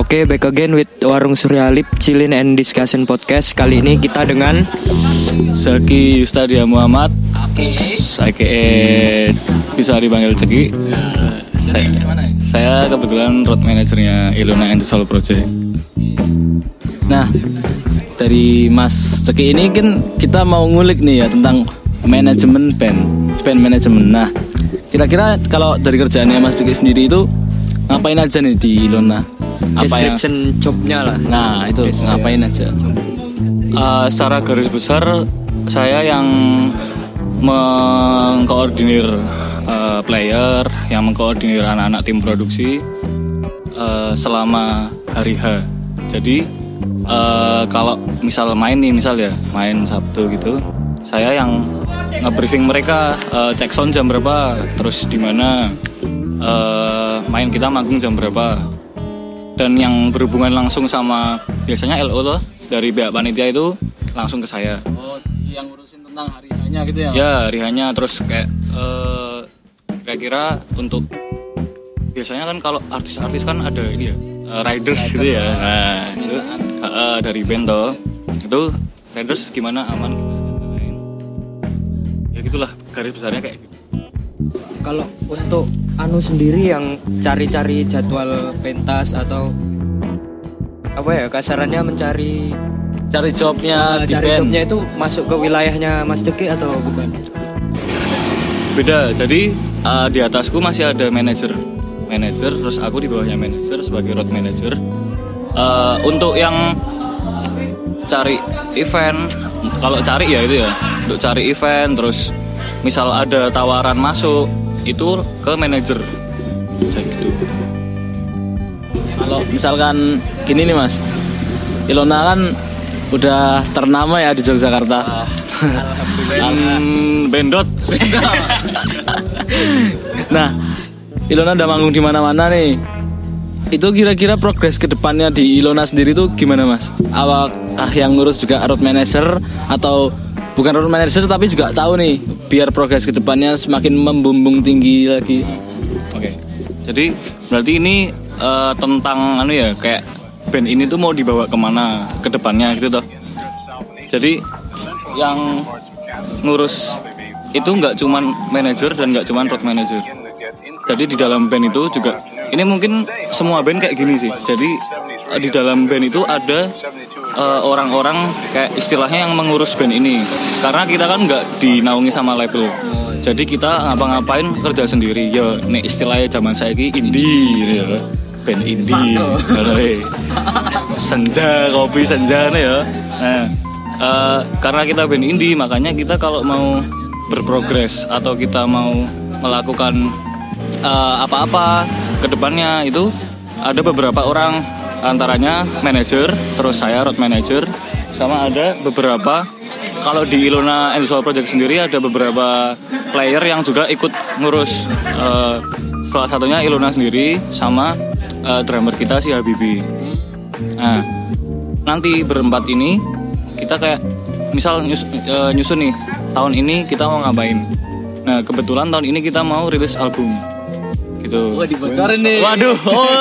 Oke, back again with Warung Surya-Alip Chillin and Discussion Podcast. Kali ini kita dengan Zaki Yustadia Muhammad, aka bisa dipanggil Ceki. Saya kebetulan road manajernya Ilona and the Soul Project. Nah, dari Mas Ceki ini kan kita mau ngulik nih ya tentang manajemen band manajemen. Nah, kira-kira kalau dari kerjaannya Mas Ceki sendiri itu ngapain aja nih di Ilona? description jobnya lah. Nah itu ngapain aja? Secara garis besar saya yang mengkoordinir player, yang mengkoordinir anak-anak tim produksi selama hari H. Jadi kalau misal main Sabtu gitu, saya yang nge-briefing mereka, cek sound jam berapa, terus di mana main kita manggung jam berapa. Dan yang berhubungan langsung sama biasanya LO loh dari pihak panitia itu langsung ke saya. Oh, yang ngurusin tentang hari hanya gitu ya? Ya, hari hanya, terus kayak kira-kira untuk biasanya kan kalau artis-artis kan ada ini ya, riders gitu ya. Nah, itu dari band toh. Itu riders gimana, aman gimana. Ya gitulah garis besarnya kayak gitu. Kalau untuk sendiri yang cari-cari jadwal pentas atau apa ya, kasarannya mencari jobnya di cari band. jobnya itu masuk ke wilayahnya Mas Ceki atau bukan? Beda. Jadi di atasku masih ada manajer, terus aku di bawahnya manajer sebagai road manager. Untuk yang cari event, kalau cari ya itu ya, untuk cari event, terus misal ada tawaran masuk itu ke manajer. Gitu. Kalau misalkan gini nih Mas, Ilona kan udah ternama ya di Yogyakarta. Alhamdulillah. Bendot. Nah, Ilona udah manggung di mana-mana nih. Itu kira-kira progres kedepannya di Ilona sendiri tuh gimana Mas? Awak yang ngurus juga road manager atau bukan road manager tapi juga tahu nih biar progres kedepannya semakin membumbung tinggi lagi. Oke. Jadi berarti ini tentang kayak band ini tuh mau dibawa kemana kedepannya gitu toh. Jadi yang ngurus itu nggak cuman manajer dan nggak cuman road manager. Jadi di dalam band itu juga, ini mungkin semua band kayak gini sih. Jadi di dalam band itu ada orang-orang kayak istilahnya yang mengurus band ini, karena kita kan nggak dinaungi sama label. Jadi kita ngapa-ngapain kerja sendiri. Ya nih istilahnya zaman saya ini indie ya. Band indie. Senja, kopi senja nih ya. Nah, karena kita band indie, makanya kita kalau mau berprogres atau kita mau melakukan apa-apa ke depannya itu ada beberapa orang, antaranya manajer, terus saya road manager, sama ada beberapa, kalau di Ilona and the Soul Project sendiri ada beberapa player yang juga ikut ngurus, salah satunya Ilona sendiri sama drummer kita si Habibi. Nah, nanti berempat ini kita kayak misal nyusun nih, tahun ini kita mau ngapain. Nah, kebetulan tahun ini kita mau rilis album gitu. Wah, dibocorin nih. Waduh,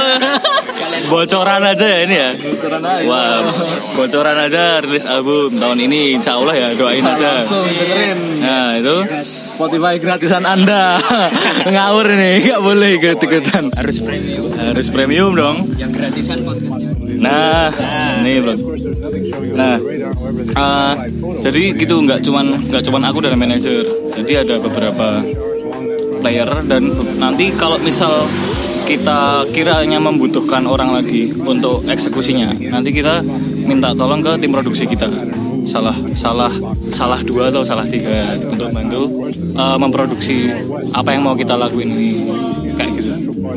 bocoran aja ya ini ya. Bocoran aja. Wah, bocoran aja rilis album tahun ini, insya Allah ya, doain aja. Langsung dengerin. Nah itu Spotify gratisan Anda. Ngawur nih, nggak boleh ikut-ikutan. Harus premium dong. yang gratisan podcastnya. Nah, ini bro. Nah, jadi gitu, nggak cuman aku dan manajer. Jadi ada beberapa player, dan nanti kalau misal kita kiranya membutuhkan orang lagi untuk eksekusinya, nanti kita minta tolong ke tim produksi kita. Salah 2 atau salah 3 untuk bantu memproduksi apa yang mau kita lakuin ini, kayak gitu.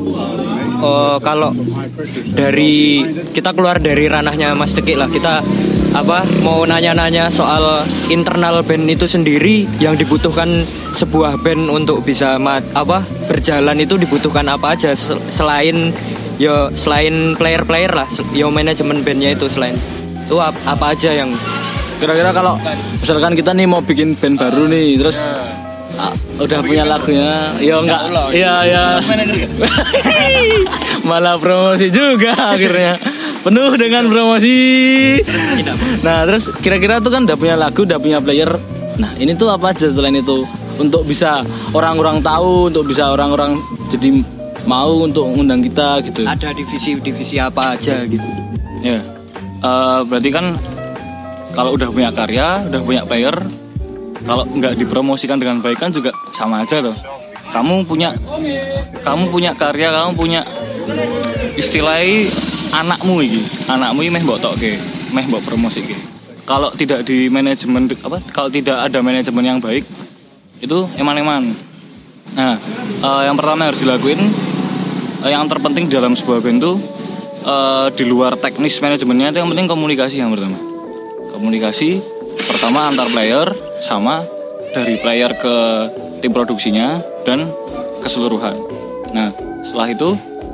Kalau dari kita keluar dari ranahnya Mas Ceki lah, kita mau nanya-nanya soal internal band itu sendiri, yang dibutuhkan sebuah band untuk bisa berjalan itu dibutuhkan apa aja selain player-player lah, manajemen bandnya itu, selain itu apa aja yang Kira-kira kalau misalkan kita nih mau bikin band baru nih, terus udah punya lagunya, ya enggak, ya malah promosi juga akhirnya. penuh dengan promosi. Nah terus kira-kira tuh kan udah punya lagu, udah punya player. Nah ini tuh apa aja selain itu untuk bisa orang-orang tahu, untuk bisa orang-orang jadi mau untuk ngundang kita gitu. Ada divisi apa aja gitu. Ya, berarti kan kalau udah punya karya, udah punya player, kalau nggak dipromosikan dengan baik kan juga sama aja loh. Kamu punya karya, kamu punya istilahnya anakmu ini meh mbok tokke, meh mbok promosi ke. Kalau tidak di manajemen kalau tidak ada manajemen yang baik, itu eman-eman. Nah, yang pertama harus dilakuin, yang terpenting dalam sebuah band itu di luar teknis manajemennya itu yang penting komunikasi yang pertama. Komunikasi pertama antar player sama dari player ke tim produksinya dan keseluruhan. Nah, setelah itu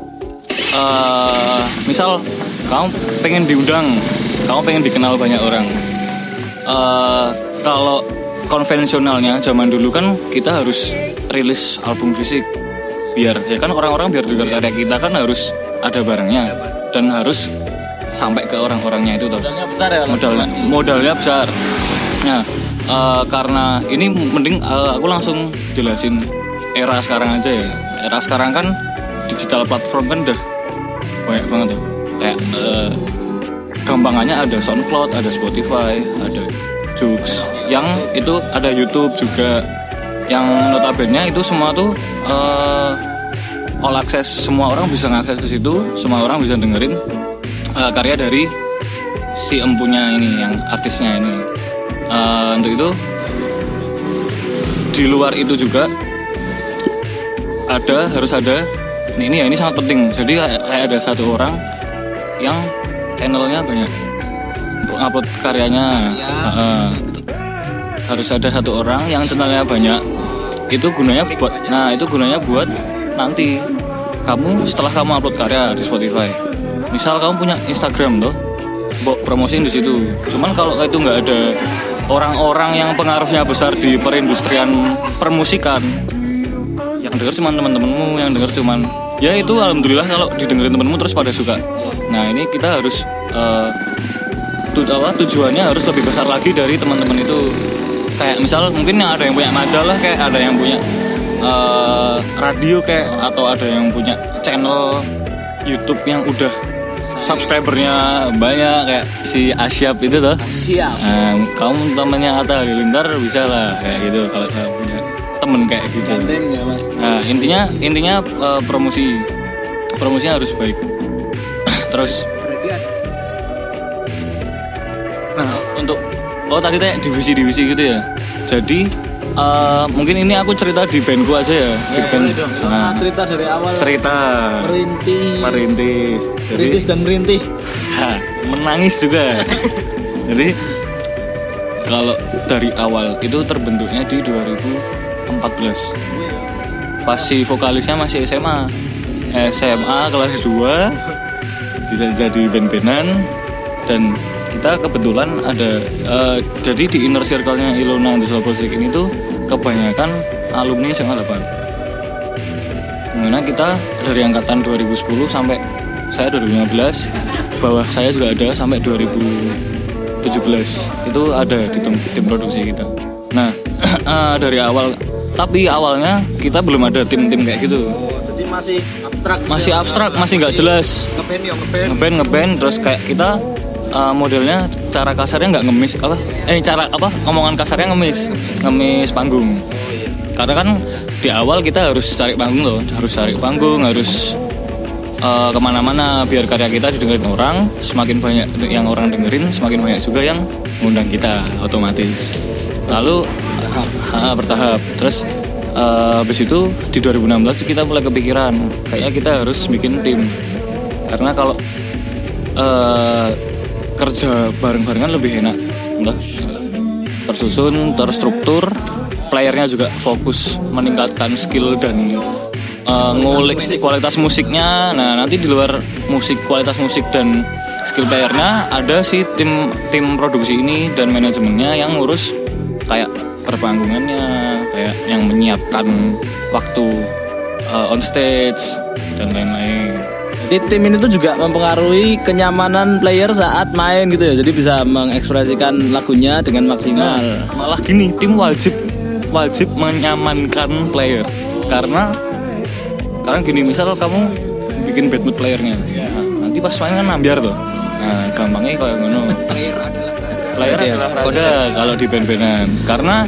misal kamu pengen diundang, kamu pengen dikenal banyak orang. Kalau konvensionalnya zaman dulu kan kita harus rilis album fisik, biar ya kan orang-orang biar dengar karya kita kan harus ada barangnya dan harus sampai ke orang-orangnya itu toh. Modalnya besar ya. Modalnya besar. Nah, karena ini mending aku langsung jelasin era sekarang aja ya. Era sekarang kan digital platform kan udah banyak banget tuh. Kayak gampangannya ada SoundCloud, ada Spotify, ada Joox. Yang itu ada YouTube juga. Yang notabene itu semua tuh all access, semua orang bisa ngakses ke situ, semua orang bisa dengerin karya dari si empunya ini, yang artisnya ini. Untuk itu di luar itu juga harus ada ini sangat penting. Jadi kayak ada satu orang yang channelnya banyak upload karyanya. Harus ada satu orang yang channelnya banyak. Itu gunanya buat nanti kamu setelah kamu upload karya di Spotify. Misal kamu punya Instagram tuh, promosiin di situ. Cuman kalau itu nggak ada orang-orang yang pengaruhnya besar di perindustrian permusikan, yang denger cuma teman-temanmu, yang denger cuma ya itu alhamdulillah kalau didengerin temanmu terus pada suka. Nah ini kita harus tujuannya harus lebih besar lagi dari teman-teman itu. Kayak misal mungkin yang ada yang punya majalah, kayak ada yang punya radio kayak, atau ada yang punya channel YouTube yang udah subscribernya banyak kayak si Asyap itu tuh. Siap. Kamu temannya Atta Halilintar bisa lah kayak gitu kalau kamu punya temen kayak gitu. Ya, Mas. Nah, intinya promosinya harus baik. Terus untuk tadi teh divisi gitu ya. Jadi mungkin ini aku cerita di bandku aja ya. Nah, cerita dari awal. Merintis. Rintis dan merintih. Menangis juga. Jadi kalau dari awal itu terbentuknya di 2014. Pas si vokalisnya masih SMA kelas 2 jadi band-bandan. Dan kita kebetulan ada jadi di inner circle-nya Ilona Digital Project ini tuh kebanyakan alumni SMA 8. Dimana kita dari angkatan 2010 sampai saya 2015, bawah saya juga ada sampai 2017. Itu ada di tim produksi kita. Nah, dari awal, tapi awalnya kita belum ada tim-tim kayak gitu. Jadi masih abstrak, masih nggak jelas. Ngeband terus kayak kita modelnya cara kasarnya nggak ngemis omongan kasarnya ngemis panggung. Karena kan di awal kita harus cari panggung harus kemana-mana biar karya kita didengerin orang. Semakin banyak yang orang dengerin, semakin banyak juga yang ngundang kita otomatis. Lalu bertahap. Terus habis itu di 2016 kita mulai kepikiran kayaknya kita harus bikin tim. Karena kalau kerja bareng-barengan lebih enak, tersusun, terstruktur, playernya juga fokus meningkatkan skill dan ngulik kualitas musiknya. Nah nanti di luar kualitas musik dan skill playernya ada si tim produksi ini dan manajemennya yang ngurus kayak perpanggungannya, kayak yang menyiapkan waktu on stage dan lain-lain. di tim ini tuh juga mempengaruhi kenyamanan player saat main gitu ya. Jadi bisa mengekspresikan lagunya dengan maksimal. Malah gini, tim wajib menyamankan player. Karena gini, misal kamu bikin bad mood playernya, nanti pas main kan nambiar tuh. Nah, gampangnya kayak ngono. Player adalah raja kalau di band-bandan. Karena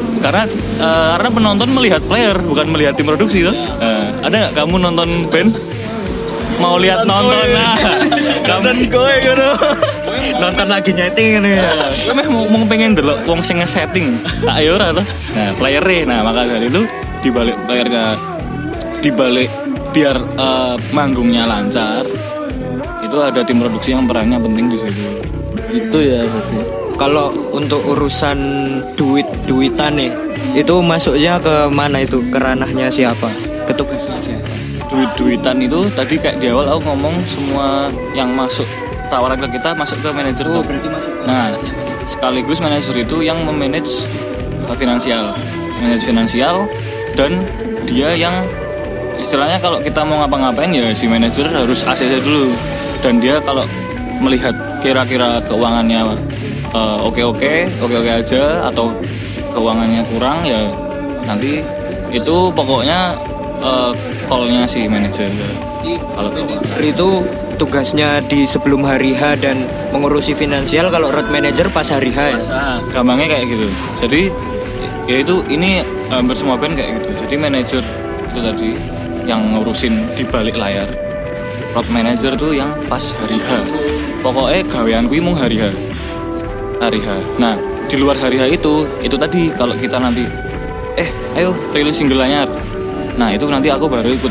penonton melihat player bukan melihat tim produksi tuh. Ada nggak kamu nonton band mau lihat nonton lah? Kamu Kowe ngono. Nonton lagi nyeting ini ya. Kamu mau pengen delok wong sing nge-setting. Tak yo ora tuh. Nah, player-e. Nah, maka dari itu dibalik playernya dibalik biar manggungnya lancar. Itu ada tim produksi yang perannya penting di situ. Itu ya berarti. Kalau untuk urusan duitan nih, itu masuknya ke mana itu? Ke ranahnya siapa? Ke tugasnya siapa? Duitan itu tadi kayak di awal aku ngomong semua yang masuk tawaran ke kita masuk ke manajer. Oh, berarti masuk ke Nah, sekaligus manajer itu yang memanage finansial. Manage finansial dan dia yang istilahnya kalau kita mau ngapa-ngapain ya si manajer harus ACC dulu. Dan dia kalau melihat kira-kira keuangannya oke aja atau keuangannya kurang ya nanti itu pokoknya call-nya si manajer. Kalau manajer itu tugasnya di sebelum hari H dan mengurusi finansial. Kalau road manager pas hari H ya. Gampangnya kayak gitu. Jadi ya itu ini hampir semua band kayak gitu. Jadi manajer itu tadi yang ngurusin di balik layar. Road manager tuh yang pas hari H. Pokoknya gawean kuwi mung hari H. Hari H. Nah, di luar hari H itu tadi kalau kita nanti ayo rilis single anyar. Nah, itu nanti aku baru ikut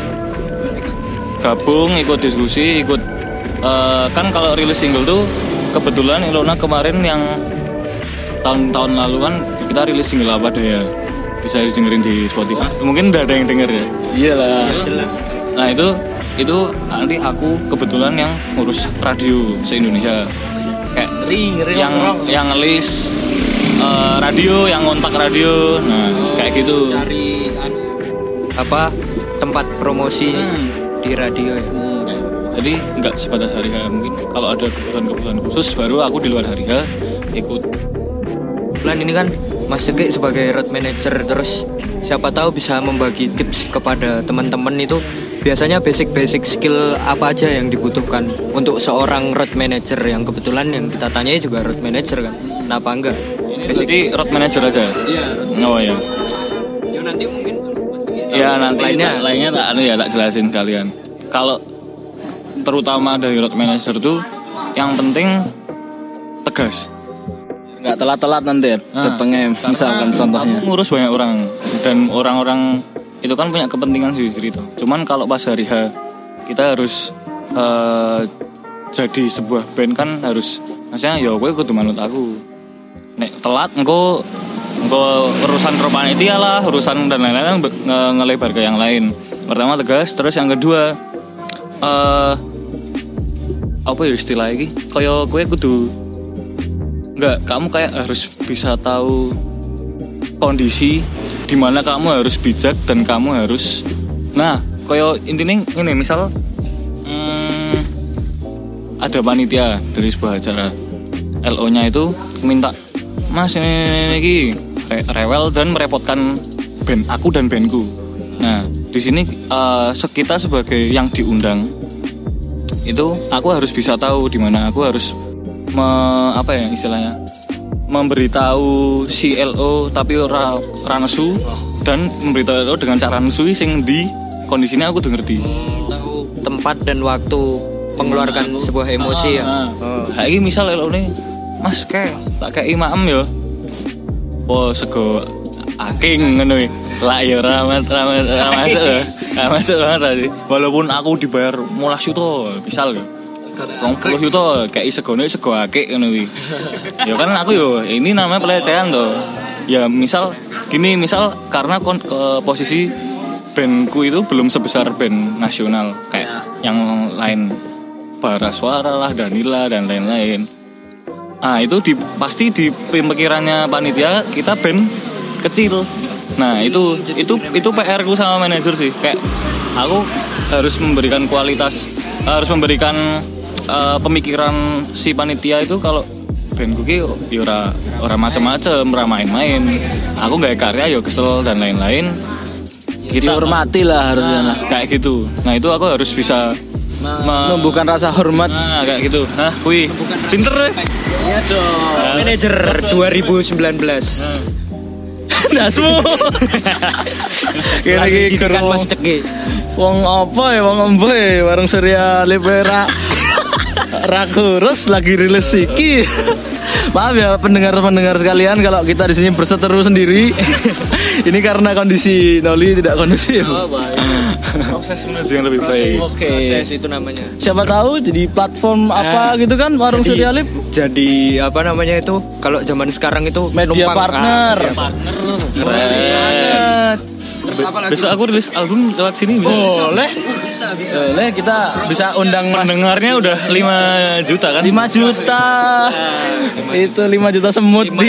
gabung, ikut diskusi, ikut kan kalau rilis single tuh kebetulan Ilona kemarin yang tahun-tahun lalu kan kita rilis single apa deh ya. Bisa didengerin di Spotify. Mungkin udah ada yang denger ya. Iyalah. Jelas. Nah, itu nanti aku kebetulan yang ngurus radio se-Indonesia. Kayak Ngeri yang ngelis radio, yang ngontak radio. Nah, kayak gitu. Cari tempat promosi di radio ya. Jadi nggak sebatas hari H, mungkin kalau ada kebutuhan khusus baru aku di luar hari H ikut. Plan ini kan Mas Ceki sebagai road manager, terus siapa tahu bisa membagi tips kepada teman-teman itu. Biasanya basic skill apa aja yang dibutuhkan untuk seorang road manager, yang kebetulan yang kita tanyai juga road manager kan. Kenapa enggak? Jadi road manager aja. Iya. Oh ya. Ya nanti mungkin Ya nanti lainnya tak jelasin kalian. Kalau terutama dari road manager tuh yang penting tegas. Nggak telat-telat nanti ya datangnya, misalkan contohnya. Aku ngurus banyak orang dan orang-orang itu kan punya kepentingan sendiri tuh. Cuman kalau pas hari H kita harus jadi sebuah band kan harus, maksudnya ya gue kudu manut aku. Nek telat engko urusan panitia lah, urusan dan lain-lain ngelebar ke yang lain. Pertama tegas, terus yang kedua apa ya istilah iki? Kayak gue kudu kamu kayak harus bisa tahu kondisi di mana kamu harus bijak dan kamu harus kayak intinya ini misal ada panitia dari sebuah acara, LO-nya itu minta Mas ini rewel dan merepotkan band aku dan bandku. Nah di sini kita sebagai yang diundang itu aku harus bisa tahu di mana aku harus istilahnya memberitahu si LO tapi ora nesu, dan memberitahu LO dengan cara nesu sing di kondisinya aku tuh ngerti. Tahu tempat dan waktu mengeluarkan sebuah emosi ya. Iki misal LO nih, Mas tak kayak imam ya. Oh sego aking ngono iki. Lah ya ora masuk banget tadi. Walaupun aku dibayar 15 juta misal ya. 20 juta kayak sego akik ngono kuwi. Ya kan aku ini namanya pelecehan toh. Ya misal karena posisi bandku itu belum sebesar band nasional kayak yang lain, Bara Suara lah, Danila dan lain-lain. Itu pasti di pemikirannya panitia kita band kecil. Nah, itu PR ku sama manajer sih. Kayak aku harus memberikan kualitas harus memberikan pemikiran si panitia itu kalau bandku ki ya ora macam-macam, ora main-main. Aku nggak karya ya kesel dan lain-lain. Kita dihormati lah harusnya lah. Kayak gitu. Nah itu aku harus bisa menumbuhkan rasa hormat. Nah kayak gitu. Nah, wih, pinter deh. Iya dong. Manajer 2019. Dasmu. Kira iki kan Mas Ceki. Wong apa ya wong embo ya warung Surya Lipera. Rakurus lagi rilis iki. Maaf ya pendengar sekalian kalau kita di sini berseteru sendiri. Ini karena kondisi Noli tidak kondusif. Oh, baik. Proses menuju yang lebih baik. Proses itu namanya. Siapa tahu jadi platform apa gitu kan warung Surya Lip. Jadi apa namanya itu? Kalau zaman sekarang itu Media partner. Keren. Terus apa lagi? Besok aku rilis album lewat sini bisa. Boleh. Boleh kita bisa undang Mas. Pendengarnya udah 5 juta kan? 5 juta. Itu 5 juta semut di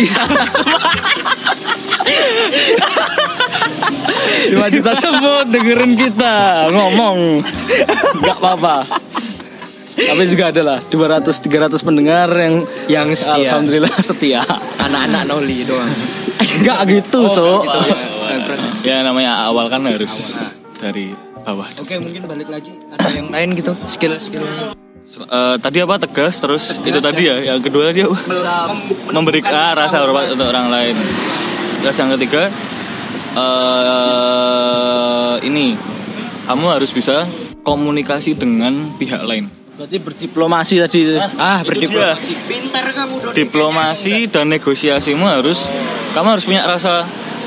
5 juta semut dengerin kita ngomong. Enggak apa-apa. Tapi juga ada lah 200-300 pendengar yang setia. Alhamdulillah setia. Anak-anak Noli doang. Enggak gitu, Cok. Ya namanya awal kan harus dari bawah. Oke, mungkin balik lagi. Ada yang lain gitu, skill-skillnya. Tadi apa tegas terus itu tadi ya. Yang kedua dia memberikan rasa hormat untuk orang lain. Terus yang ketiga ini kamu harus bisa komunikasi dengan pihak lain. Berarti berdiplomasi tadi. Berdiplomasi. Pintar kamu dong. Diplomasi dan negosiasimu kamu harus punya rasa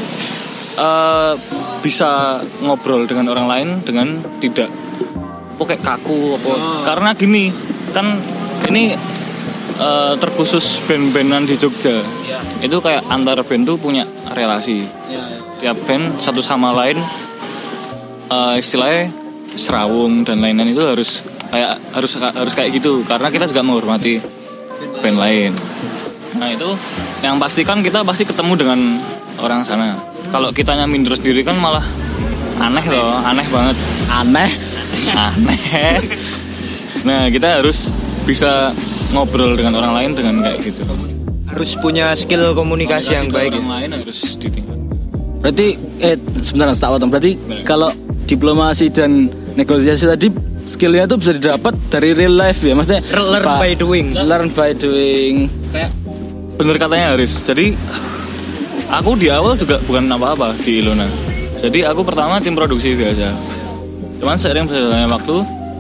bisa ngobrol dengan orang lain dengan tidak kayak kaku apa. Karena gini kan ini terkhusus band-bandan di Jogja. Itu kayak antar band tuh punya relasi. Tiap band satu sama lain istilahnya serawung dan lain-lain itu harus kayak gitu karena kita juga menghormati band lain. Nah itu yang pasti kan kita pasti ketemu dengan orang sana. Kalau kitanya minder sendiri kan malah aneh loh, aneh banget. Aneh. Nah kita harus bisa ngobrol dengan orang lain dengan kayak gitu. Harus punya skill komunikasi yang baik. Orang lain harus ditingkat. Berarti sebentar tak potong. Berarti kalau diplomasi dan negosiasi tadi skillnya tuh bisa didapat dari real life ya, maksudnya learn by doing. Learn by doing. Kayak bener katanya Haris. Jadi aku di awal juga bukan apa-apa di Ilona. Jadi aku pertama tim produksi biasa. Cuman seiring berjalannya waktu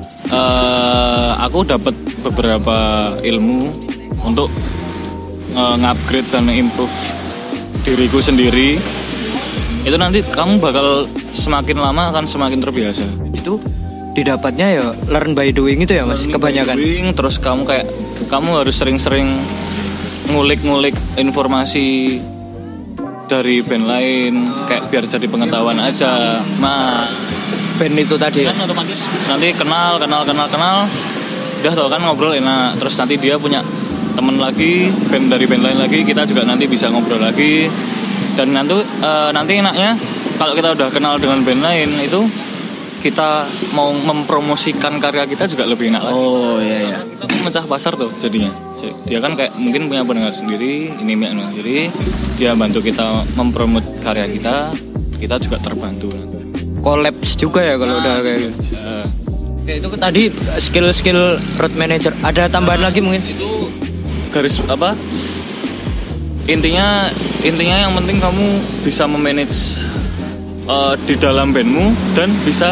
aku dapat beberapa ilmu untuk nge-upgrade dan improve diriku sendiri. Itu nanti kamu bakal semakin lama akan semakin terbiasa. Itu didapatnya ya learn by doing itu ya Mas, kebanyakan. Terus kamu harus sering-sering ngulik-ngulik informasi dari band lain kayak biar jadi pengetahuan aja. Nah, band itu tadi kan otomatis nanti kenal udah tau kan ngobrol enak. Terus nanti dia punya temen lagi band dari band lain lagi, kita juga nanti bisa ngobrol lagi. Dan nanti enaknya kalau kita udah kenal dengan band lain itu kita mau mempromosikan karya kita juga lebih enak lagi. Oh iya. Kita memecah pasar tuh jadinya. Dia kan kayak mungkin punya pendengar sendiri, ini jadi dia bantu kita mempromot karya kita juga terbantu. Collabs juga ya kalau udah kayak gitu. Oke, itu tadi skill road manager. Ada tambahan lagi mungkin? Itu garis apa? Intinya yang penting kamu bisa memanage di dalam bandmu dan bisa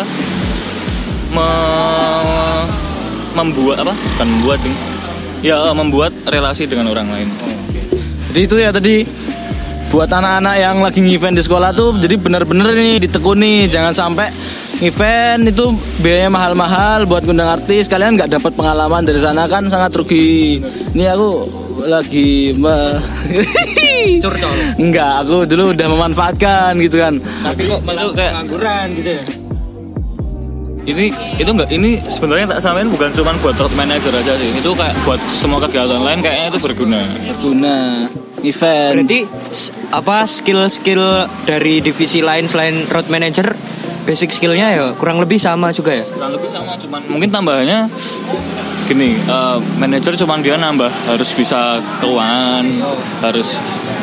membuat relasi dengan orang lain. Jadi itu ya tadi buat anak-anak yang lagi event di sekolah tuh, jadi benar-benar ini ditekuni, jangan sampai event itu biayanya mahal-mahal buat ngundang artis, kalian nggak dapat pengalaman dari sana kan sangat rugi. Ini aku lagi curcol. Enggak, aku dulu udah memanfaatkan gitu kan. Tapi kok malah kayak pengangguran gitu ya. Ini sebenarnya tak samain bukan cuma buat road manager aja sih. Itu kayak buat semua kegiatan lain kayaknya itu berguna. Event. Berarti apa skill dari divisi lain selain road manager basic skillnya ya kurang lebih sama juga ya. Kurang lebih sama, cuman mungkin tambahannya gini, manajer cuman dia nambah harus bisa keuangan, harus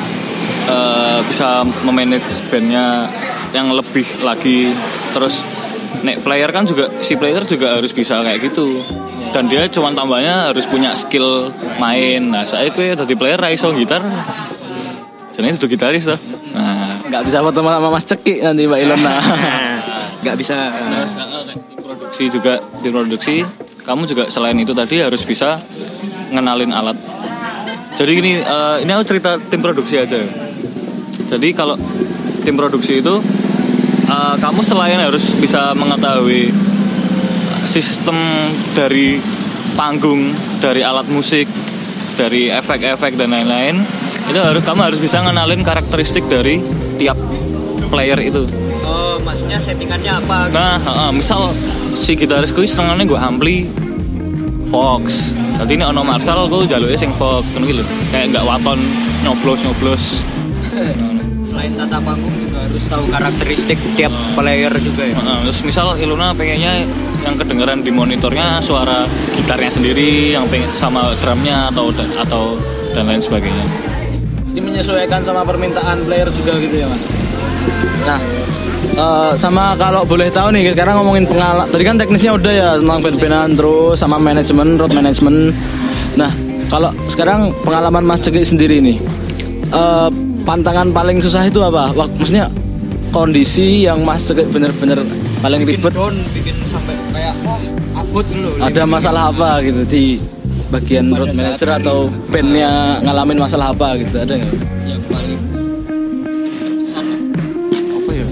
bisa memanage bandnya yang lebih lagi. Terus nek player kan juga, si player juga harus bisa kayak gitu. Dan dia cuma tambahnya harus punya skill main. Nah saya tadi player raiso gitar, jadi itu gitaris tuh. Nah Nggak bisa foto sama Mas Ceki nanti Mbak Ilona. Nggak bisa. terus produksi juga, di produksi kamu juga selain itu tadi harus bisa ngenalin alat. Jadi ini aku cerita tim produksi aja. Jadi kalau tim produksi itu kamu selain harus bisa mengetahui sistem dari panggung, dari alat musik, dari efek-efek dan lain-lain, itu kamu harus bisa ngenalin karakteristik dari tiap player itu. Oh, maksudnya settingannya apa? Nah, misal si gitaris kuwi senengane gue ampli Vox. Tadi ini ono Marshall gue jaluknya sing Vox ngono iki lho. Kayak enggak waton nyoblos-nyoblos. Selain tata panggung juga harus tahu karakteristik tiap player juga ya. Terus misal Ilona pengennya yang kedengeran di monitornya suara gitarnya sendiri, yang pengen sama drumnya atau dan lain sebagainya. Ini menyesuaikan sama permintaan player juga gitu ya Mas. Nah, sama kalau boleh tahu nih, sekarang ngomongin pengalaman. Tadi kan teknisnya udah ya tentang band-bandan, terus sama manajemen, road management. Nah, kalau sekarang pengalaman Mas Ceki sendiri nih, pantangan paling susah itu apa? Maksudnya kondisi yang Mas Ceki bener-bener paling ribet. Bikin sampai kayak abot dulu. Ada masalah apa gitu di bagian road manager atau bandnya ngalamin masalah apa gitu, ada nggak? Yang paling berkesan Apa ya?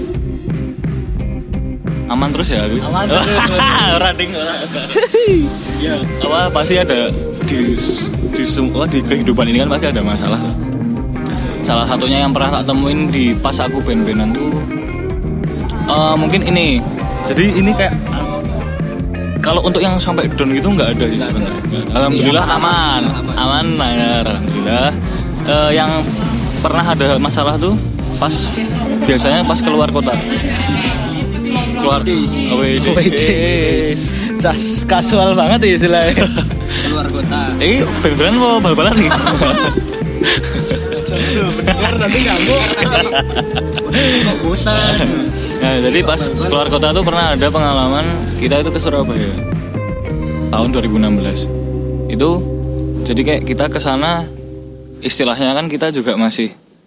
Aman terus ya? Aman terus. Rating. Ya, apa pasti ada di kehidupan ini kan pasti ada masalah. Salah satunya yang pernah tak temuin di pas aku band-bandan tuh mungkin ini. Jadi ini kayak kalau untuk yang sampai down gitu nggak ada sih sebenarnya. Alhamdulillah aman. Nah, alhamdulillah. Yang pernah ada masalah tuh biasanya pas keluar kota. Cas kasual banget ya istilahnya. keluar kota. Band-bandan mau bal-balan nih. Bener nanti ganggu. Bosan. Nah, jadi pas keluar kota tuh pernah ada pengalaman kita itu ke Surabaya tahun 2016. Itu jadi kayak kita ke sana istilahnya kan kita juga masih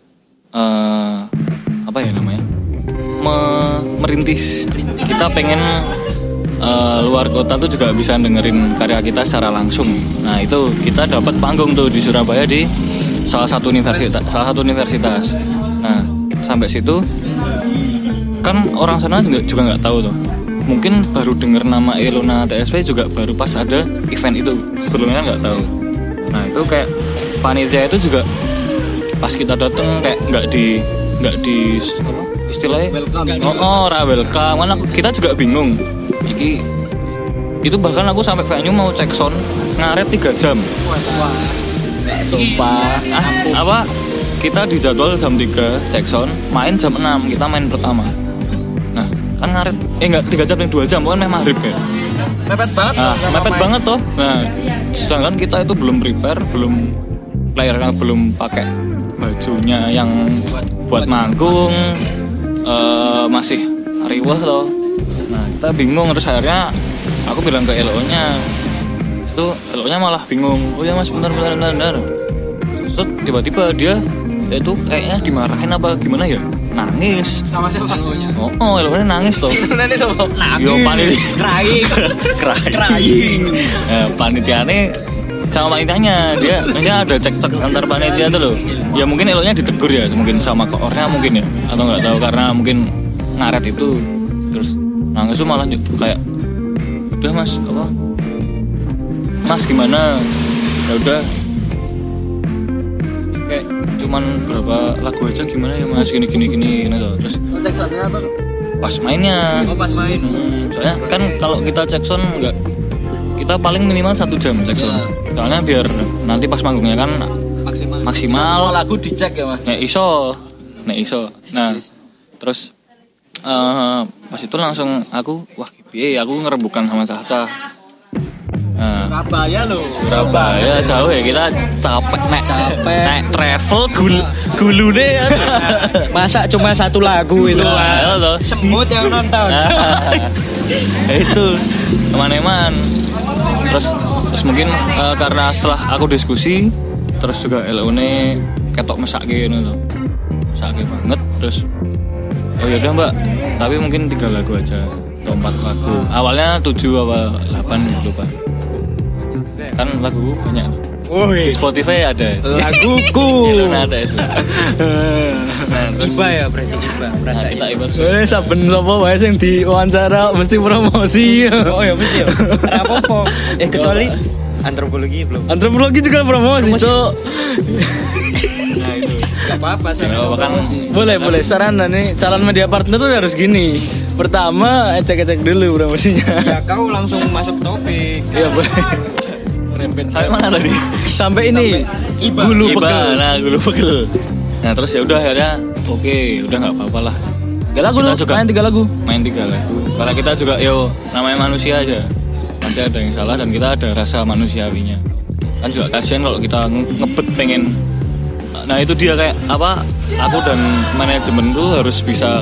apa ya namanya? Merintis. Kita pengen luar kota tuh juga bisa dengerin karya kita secara langsung. Nah, itu kita dapat panggung tuh di Surabaya di salah satu universitas. Nah, sampai situ kan orang sana juga nggak tahu tuh. Mungkin baru dengar nama Ilona TSP juga baru pas ada event itu. Sebelumnya nggak tahu. Nah, itu kayak panitia itu juga pas kita datang kayak nggak di apa istilahnya welcome. Kan kita juga bingung. Itu bahkan aku sampai venue mau cek sound ngaret 3 jam. Wah. Sumpah. Apa? Kita dijadwal jam 3 cek sound, main jam 6, kita main pertama. Nah, kan ngaret 3 jam, 2 jam kan memang maghrib ya. Mepet banget. Mepet banget toh. Nah, sedangkan kita itu belum prepare, playernya belum pakai bajunya yang buat manggung, masih riwah toh. Nah, kita bingung, terus akhirnya aku bilang ke LO-nya. Itu LO-nya malah bingung. Oh ya Mas, bentar. Terus tiba-tiba dia itu kayaknya dimarahin apa gimana ya? Nangis. Sama siapa? Oh, LO-nya nangis toh. Nangis sama. Yo panitia Crying. Panitiane sama panitianya dia ada cek-cek antar panitia tuh loh. Ya mungkin eloknya ditegur ya, mungkin sama koornya mungkin ya, atau nggak tahu karena mungkin ngaret itu. Terus nangis tuh malah kayak udah Mas apa? Mas gimana? Ya udah. Kayak cuman berapa lagu aja gimana ya Mas, gini tuh. Terus Cek soundnya atau pas mainnya. Oh, pas main. Soalnya kan kalau kita cek sound nggak, kita paling minimal 1 jam cek sound. Soalnya biar nanti pas manggungnya kan maksimal lagu dicek ya Mas? Nek iso. Nah, terus pas itu langsung aku wah piye aku ngerembukan sama Caca. Nah, Surabaya loh. Surabaya jauh ya kita capek nek travel gulune kan. Masa cuma satu lagu itu Nah, loh. semut yang nonton. Itu teman-teman. Terus mungkin karena setelah aku diskusi terus juga LO-ne ketok mesake ngono lho. Mesake banget terus oh ya udah Mbak, tapi mungkin 3 lagu aja atau 4 lagu. Awalnya 7 awal 8 lupa. Kan lagu banyak. Di Spotify ada. Laguku. Ilona ada. Nah, terus Iba ya berarti Iba. Rasa kita Iba. ibarat Saben sapa wae sing diwawancara mesti promosi. Oh ya mesti ya. Rapopo. Kecuali antropologi belum. Antropologi juga promosi, Cok. nah itu. Gak apa-apa sih. Bahkan Boleh sarana nih calon media partner tuh harus gini. Pertama cek dulu promosinya. Ya kau langsung masuk topik. Iya boleh. sampai mana tadi? Sampai ini Iba. Gulu Iba, pegel. nah gulu pegel. Nah terus ya udah akhirnya oke, udah nggak apa-apa lah. 3 lagu Kita loh, juga main 3 lagu. main 3 lagu. Karena kita juga yo namanya manusia aja. Masih ada yang salah dan kita ada rasa manusiawinya. Kan juga kasihan kalau kita ngebet pengen. Nah itu dia kayak apa? Aku dan manajemen tuh harus bisa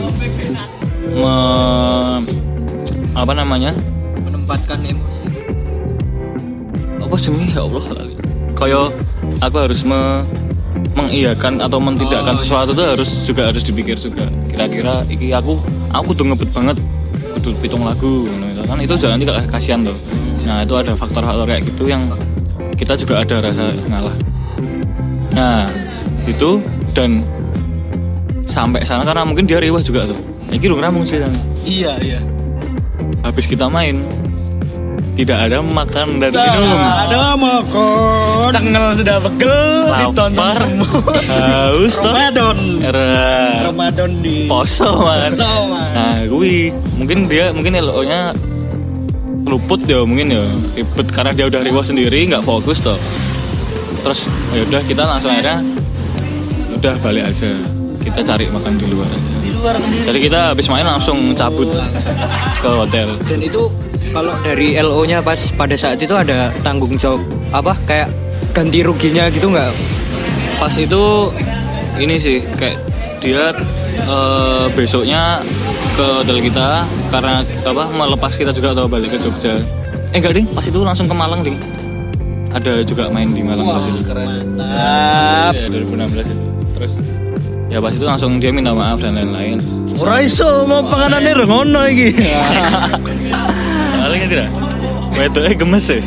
apa namanya? Menempatkan emosi. Apa sih ya Allah lali. Kayak aku harus mengiyakan atau mentidakkan sesuatu tuh harus dipikir juga. Kira-kira iki aku tuh ngebet banget kudu 7 lagu gitu kan itu jangan nanti kasihan tuh. Nah, itu ada faktor-faktor kayak gitu yang kita juga ada rasa ngalah. Nah, itu dan sampai sana karena mungkin dia riwah juga tuh. Iki lu ngramung sih kan. Iya. Habis kita main tidak ada makan dan minum. Ada makan. Cengel sudah pegel, ditonton Lapar, semua. haus toh. Ramadan di Poso man. man. Nah, gue mungkin LO-nya luput ya mungkin ya ribet karena dia udah riwah sendiri nggak fokus toh. Terus ya udah kita langsung akhirnya udah balik aja. Kita cari makan di luar aja. Jadi kita habis main langsung cabut ke hotel. Dan itu kalau dari LO-nya pas pada saat itu ada tanggung jawab apa kayak ganti ruginya gitu nggak? Pas itu ini sih kayak dia besoknya ke hotel kita karena apa melepas kita juga atau balik ke Jogja. Enggak ding, pas itu langsung ke Malang ding. Ada juga main di Malang pas itu. Mantap. Ya 2016 itu. Terus ya pas itu langsung dia minta maaf dan lain-lain. Ora iso mau panganane ngono iki. Soalnya tidak. Wedoknya gemes ya.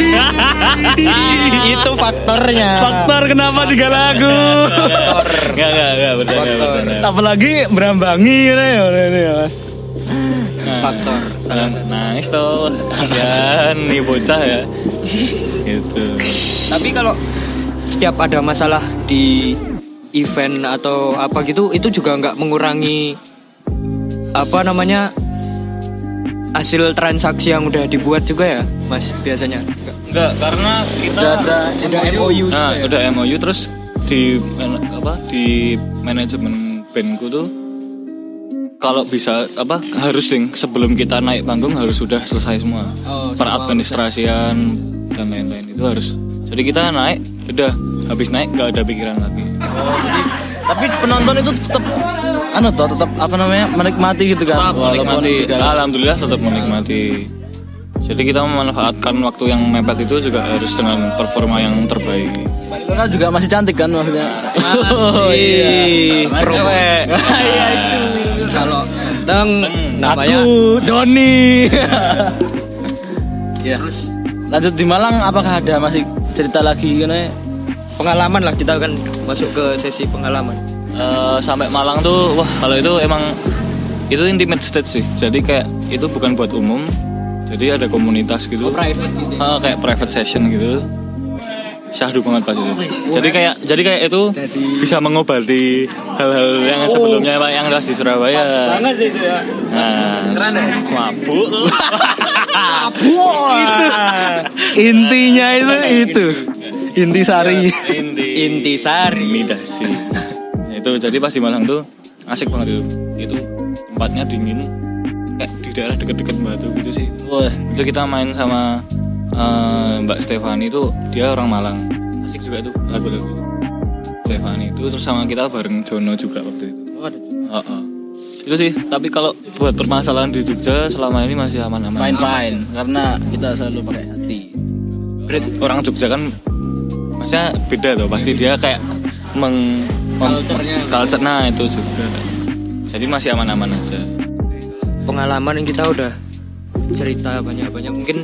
Itu faktornya. Faktor kenapa 3 lagu? Enggak bercanda. Apalagi berambangi ya Mas. Faktor. Nangis tuh. Kasihan nih bocah ya. Gitu. Tapi kalau setiap ada masalah di event atau apa gitu, itu juga nggak mengurangi apa namanya hasil transaksi yang udah dibuat juga ya, Mas biasanya? Enggak, karena kita Udah MOU juga nah, ya? udah MOU terus di manajemen bandku tuh kalau bisa harus sebelum kita naik panggung harus sudah selesai semua. Peradministrasian dan lain-lain itu harus. Jadi kita naik udah habis naik nggak ada pikiran lagi. Tapi penonton itu tetap tetap menikmati gitu kan. Tetap menikmati. Alhamdulillah tetap menikmati. Jadi kita memanfaatkan waktu yang mepet itu juga harus dengan performa yang terbaik. Mbak Ilona juga masih cantik kan maksudnya. Masih Promo. Iya itu. Kalau ganteng namanya Aku Doni. Ya. Lanjut di Malang apakah ada masih cerita lagi kan? pengalaman lah, kita kan masuk ke sesi pengalaman. Sampai Malang tuh wah kalau itu emang itu intimate stage sih. Jadi kayak itu bukan buat umum. Jadi ada komunitas gitu. Private gitu. Kayak private session gitu. Syahdu banget pas itu. Jadi kayak itu bisa mengobati hal-hal yang sebelumnya yang pas di Surabaya. Pas banget itu ya. Nah, mabuk tuh. Itu. Intinya itu. Intisari. Intisari. Midasi. Itu jadi pas di Malang tuh asik banget itu. Itu tempat tempatnya dingin, kayak di daerah dekat-dekat Batu gitu sih. Wah, Itu kita main sama Mbak Stefani itu, dia orang Malang, asik juga tuh lagu-lagu Stefani itu. Terus sama kita bareng Jono juga waktu itu. Itu sih. Tapi kalau buat permasalahan di Jogja selama ini masih aman-aman. fine karena kita selalu pakai hati. Orang Jogja kan maksudnya beda tuh, pasti dia kayak culture, nah itu juga. Jadi masih aman-aman aja. Pengalaman yang kita udah cerita banyak-banyak, mungkin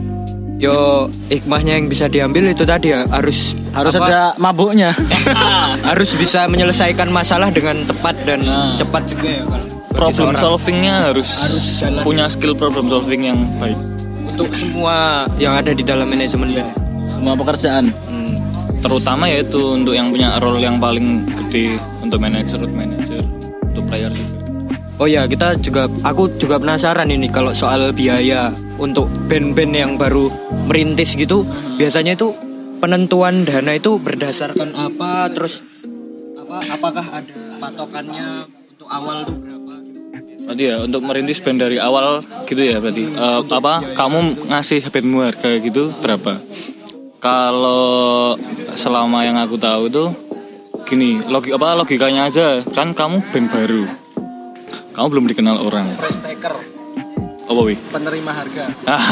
yo hikmahnya yang bisa diambil itu tadi ya, harus Ada mabuknya. harus bisa menyelesaikan masalah dengan tepat dan cepat juga ya kalau bagi Problem seorang. solvingnya harus jalan. punya skill problem solving yang baik. Untuk semua yang ada di dalam manajemen band. Semua pekerjaan. Terutama yaitu untuk yang punya role yang paling gede, untuk manager, untuk player juga. Oh ya, aku juga penasaran ini kalau soal biaya untuk band-band yang baru merintis gitu. Biasanya itu penentuan dana itu berdasarkan apa? Terus apakah ada patokannya untuk awal tuh berapa gitu? Berarti ya untuk merintis band dari awal gitu ya berarti. Kamu ngasih bandmu harga gitu berapa? Kalau selama yang aku tahu tuh gini, logikanya aja, kan kamu band baru. Kamu belum dikenal orang. Price taker, Apa wi? penerima harga.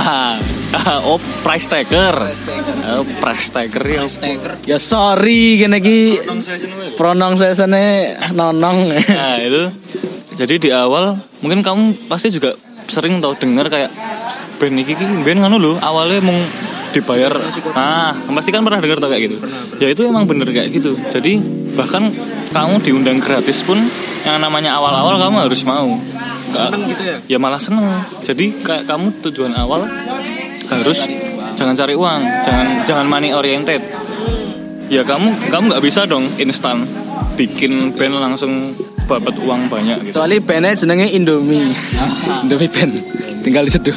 Oh, price taker. Price taker ya. Ya sorry, kene iki pronunciation-e nonong. Nah itu. Jadi di awal mungkin kamu pasti juga sering tau dengar kayak band iki band ngono lho, awalnya mung dibayar. Pasti kan pernah dengar tau kayak gitu. Ya itu emang bener kayak gitu. Jadi bahkan kamu diundang gratis pun yang namanya awal-awal kamu harus mau. Seneng gitu ya? Ya malah seneng. Jadi kayak kamu tujuan awal harus jangan cari uang, jangan money oriented. Ya kamu nggak bisa dong instan bikin band langsung dapat uang banyak gitu. Soalnya bandnya jenenge Indomie. Indomie band. Tinggal diseduh.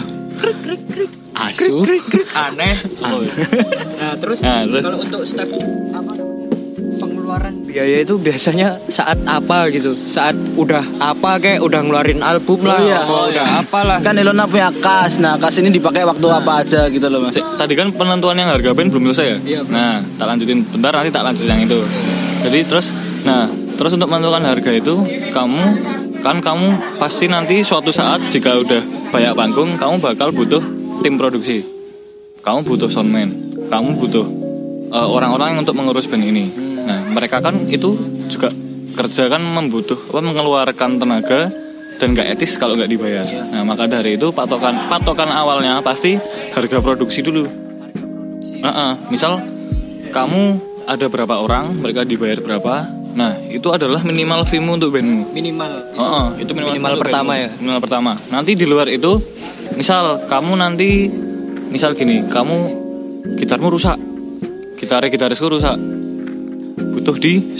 Asu. Aneh. Nah, terus terus? kalau untuk step pengeluaran biaya itu biasanya saat apa gitu? Saat udah udah ngeluarin album lah, udah apalah. Kan Ilona punya kas. Nah, kas ini dipakai waktu apa aja gitu loh, Mas. Tadi kan penentuan yang harga band belum selesai ya? Iya, belum. Nah, tak lanjutin bentar, nanti tak lanjut yang itu. Jadi terus untuk menentukan harga itu kamu pasti nanti suatu saat jika udah banyak panggung, kamu bakal butuh tim produksi. Kamu butuh soundman, kamu butuh orang-orang yang untuk mengurus band ini. Nah, mereka kan itu juga kerja kan mengeluarkan tenaga dan gak etis kalau gak dibayar. Nah, maka dari itu patokan awalnya pasti harga produksi dulu. Misal kamu ada berapa orang, mereka dibayar berapa. Nah, itu adalah minimal fee-mu untuk bandmu. Itu minimal pertama ya. Minimal pertama. Nanti di luar itu, misal gini, kamu gitarmu rusak, gitarisku rusak, butuh di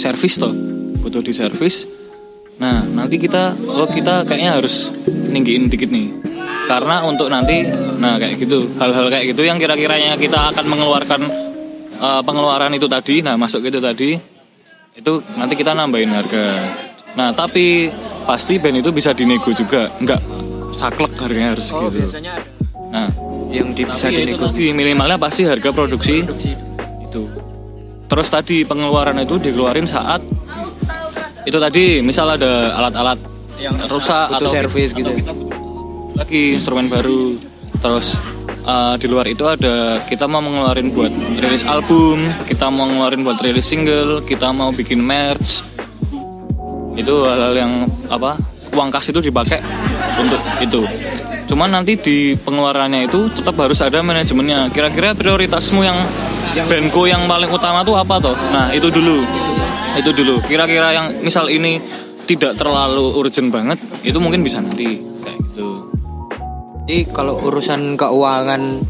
servis. Nah, nanti kita kayaknya harus ninggiin dikit nih, karena untuk nanti, kayak gitu, hal-hal kayak gitu yang kira-kiranya kita akan mengeluarkan pengeluaran itu tadi, masuk gitu tadi, itu nanti kita nambahin harga. Nah, tapi pasti band itu bisa dinego juga, enggak saklek harganya harus gitu. Biasanya ada. Nah, yang bisa dinego. Itu minimalnya pasti harga produksi itu. Terus tadi pengeluaran itu dikeluarin saat itu tadi, misal ada alat-alat yang rusak atau servis gitu. Atau kita butuh lagi instrumen baru. Terus di luar itu ada kita mau ngeluarin buat rilis album, kita mau ngeluarin buat rilis single, kita mau bikin merch. Itu hal-hal yang uang kas itu dipakai untuk itu. Cuman nanti di pengeluarannya itu tetap harus ada manajemennya. Kira-kira prioritasmu yang bandku yang paling utama tuh apa toh? Nah, itu dulu. Kira-kira yang misal ini tidak terlalu urgent banget, itu mungkin bisa nanti kayak gitu. Jadi kalau urusan keuangan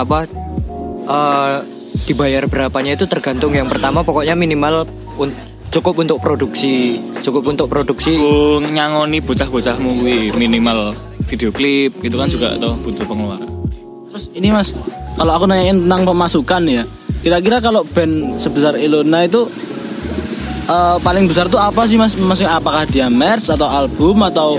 dibayar berapanya itu tergantung, yang pertama pokoknya minimal cukup untuk produksi. Nyangoni bocah-bocahmu minimal video klip gitu kan juga butuh pengeluaran. Terus ini Mas, kalau aku nanyain tentang pemasukan ya, kira-kira kalau band sebesar Ilona itu paling besar tuh apa sih Mas? Maksudnya apakah dia merch atau album atau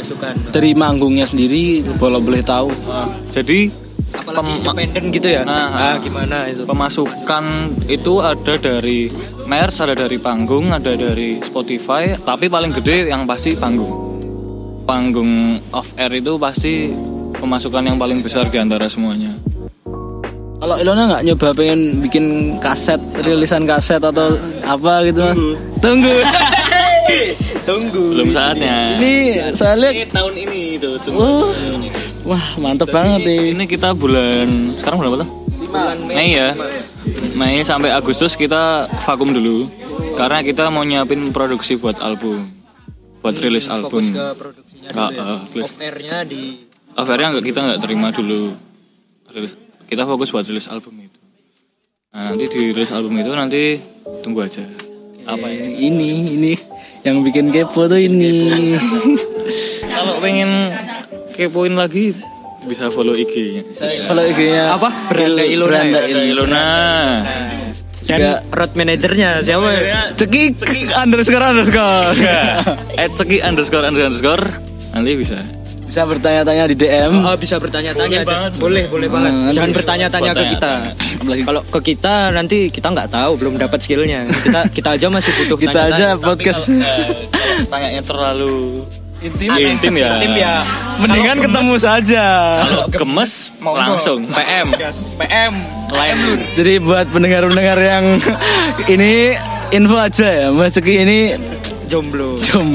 pemasukan. Dari manggungnya sendiri kalau boleh tahu. Jadi Apalagi independen gitu ya. Gimana itu? pemasukan itu ada dari merch, ada dari panggung, ada dari Spotify, tapi paling gede yang pasti panggung off air itu pasti pemasukan yang paling besar di antara semuanya. Kalau Ilona nggak nyoba pengen bikin kaset, rilisan kaset atau apa gitu Mas? Tunggu. Belum saatnya. Ini saya lihat Ini tahun ini itu. wah mantep banget nih. Ini kita bulan sekarang bulan apa tuh? Bulan Mei ya. Mei sampai Agustus kita vakum dulu karena kita mau nyiapin produksi buat album. Buat rilis album. Fokus ke produksinya dulu ya. rilis. Off air-nya di Akhirnya kita nggak terima dulu. Kita fokus buat rilis album itu. Nah, nanti di rilis album itu nanti tunggu aja. Apa ya? Ini yang bikin kepo tuh ini. Kalau pengen kepoin lagi bisa follow IG-nya. Kalau IG-nya apa? Beranda Ilona. Beranda Ya? Ilona. Dan Juga road manajernya siapa? Cekik underscore. @ceki___ nanti bisa Bertanya-tanya di DM. Bisa bertanya-tanya aja. Boleh banget. Jangan bertanya-tanya ke kita. Kalau ke kita nanti kita nggak tahu, belum dapat skillnya. Kita aja masih butuh. Kita aja podcast. tanyanya terlalu Intim ya. Mendingan ketemu saja. Kalau gemes langsung PM. Lain. Jadi buat pendengar-pendengar yang ini info aja ya, Mas Ceki ini Jomblo.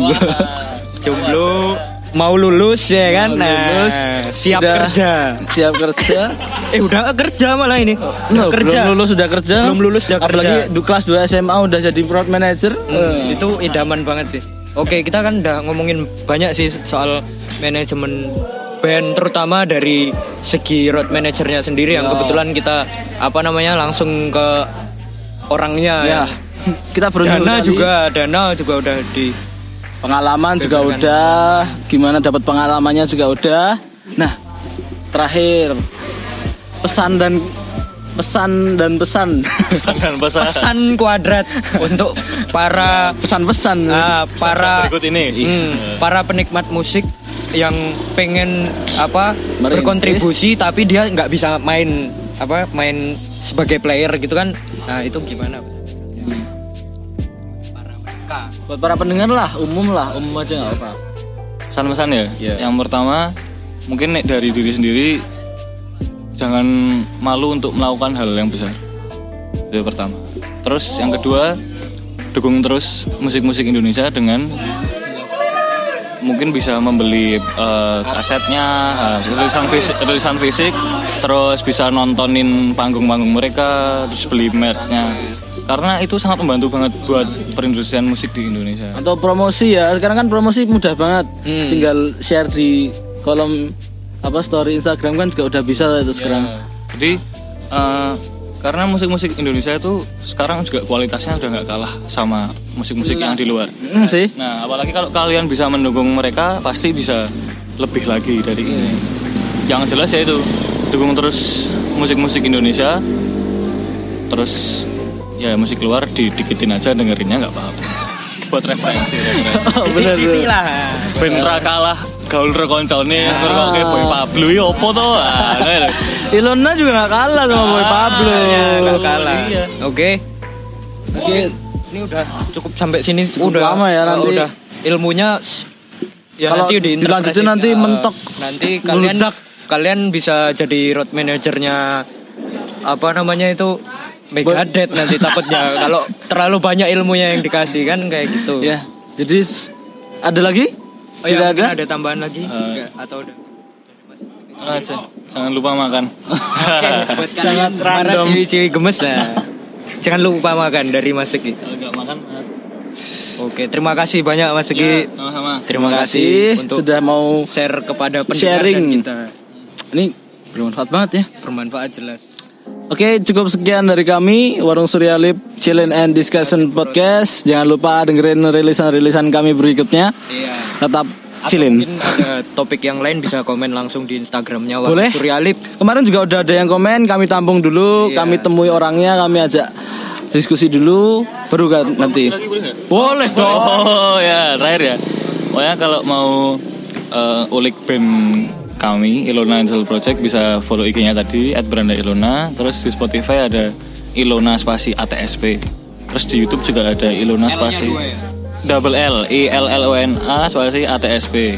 Mau lulus ya kan? Lulus, siap sudah kerja. Udah kerja malah ini. Kerja. Belum lulus sudah kerja. Apalagi di kelas 2 SMA udah jadi road manager. Itu idaman banget sih. Oke, kita kan udah ngomongin banyak sih soal manajemen band, terutama dari segi road manajernya sendiri yang kebetulan kita langsung ke orangnya ya. Kita Dana juga udah di pengalaman juga udah, gimana dapat pengalamannya juga udah. Nah, terakhir pesan kuadrat untuk para pesan-pesan para berikut ini. Para penikmat musik yang pengen berkontribusi tapi dia nggak bisa main sebagai player gitu kan. Nah, itu gimana? Buat para pendengar umum aja nggak apa. Pesan-pesan ya. Yang pertama mungkin dari diri sendiri, jangan malu untuk melakukan hal yang besar. Itu yang pertama. Terus yang kedua, dukung terus musik-musik Indonesia dengan mungkin bisa membeli kasetnya, rilisan fisik, terus bisa nontonin panggung-panggung mereka, terus beli merch-nya. Karena itu sangat membantu banget buat perindustrian musik di Indonesia. Atau promosi ya, sekarang kan promosi mudah banget. Tinggal share di kolom story Instagram kan juga udah bisa itu sekarang. Jadi karena musik-musik Indonesia itu sekarang juga kualitasnya udah nggak kalah sama musik-musik yang di luar. Sih. Nah, apalagi kalau kalian bisa mendukung mereka, pasti bisa lebih lagi dari ini. Yang jelas ya itu, dukung terus musik-musik Indonesia. Terus ya musik luar didikitin aja, dengerinnya nggak apa-apa. Buat referensi. Bener. Ben ra kalah gaul rekoncone kok Boy Pablo ya opo to? Ilona juga gak kalah sama Boy Pablo. Gak kalah. Oke. Ini udah cukup sampai sini. Udah lama ya nanti. Udah ilmunya ya kalau nanti dilanjutin nanti mentok. Nanti kalian bisa jadi road manajernya itu Megadeth nanti takutnya kalau terlalu banyak ilmunya yang dikasih kan kayak gitu. Ya. Jadi ada lagi? Tidak ada tambahan lagi? Atau udah? Aja. Jangan lupa makan. Buat kalian para cewek-cewek gemes jangan lupa makan dari Mas Segi. Kalau enggak makan. Oke, terima kasih banyak Mas Segi. Sama-sama. Terima kasih untuk sudah mau share kepada pendengar dan kita. Ini bermanfaat banget ya. Bermanfaat jelas. Oke, cukup sekian dari kami Warung Surya Lip Chillin' and Discussion Podcast. Jangan lupa dengerin rilisan-rilisan kami berikutnya. Iya. Tetap chillin. Mungkin ada topik yang lain bisa komen langsung di Instagramnya Warung Boleh. Surya Lip. Kemarin juga udah ada yang komen, kami tampung dulu, kami temui orangnya, kami ajak diskusi dulu, baru kan nanti. Lagi boleh nggak? Boleh dong. Oh ya, terakhir ya. Pokoknya kalau mau ulik band kami Ilona Angel Project, bisa follow IG-nya tadi @beranda_ilona. Terus di Spotify ada Ilona spasi ATSP. Terus di YouTube juga ada Ilona spasi double L ILLONA spasi ATSP.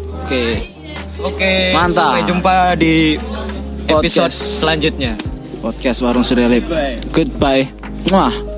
Oke, Mantap. sampai jumpa di episode Podcast. selanjutnya. Podcast Warung Surya Lip. Goodbye. Muah.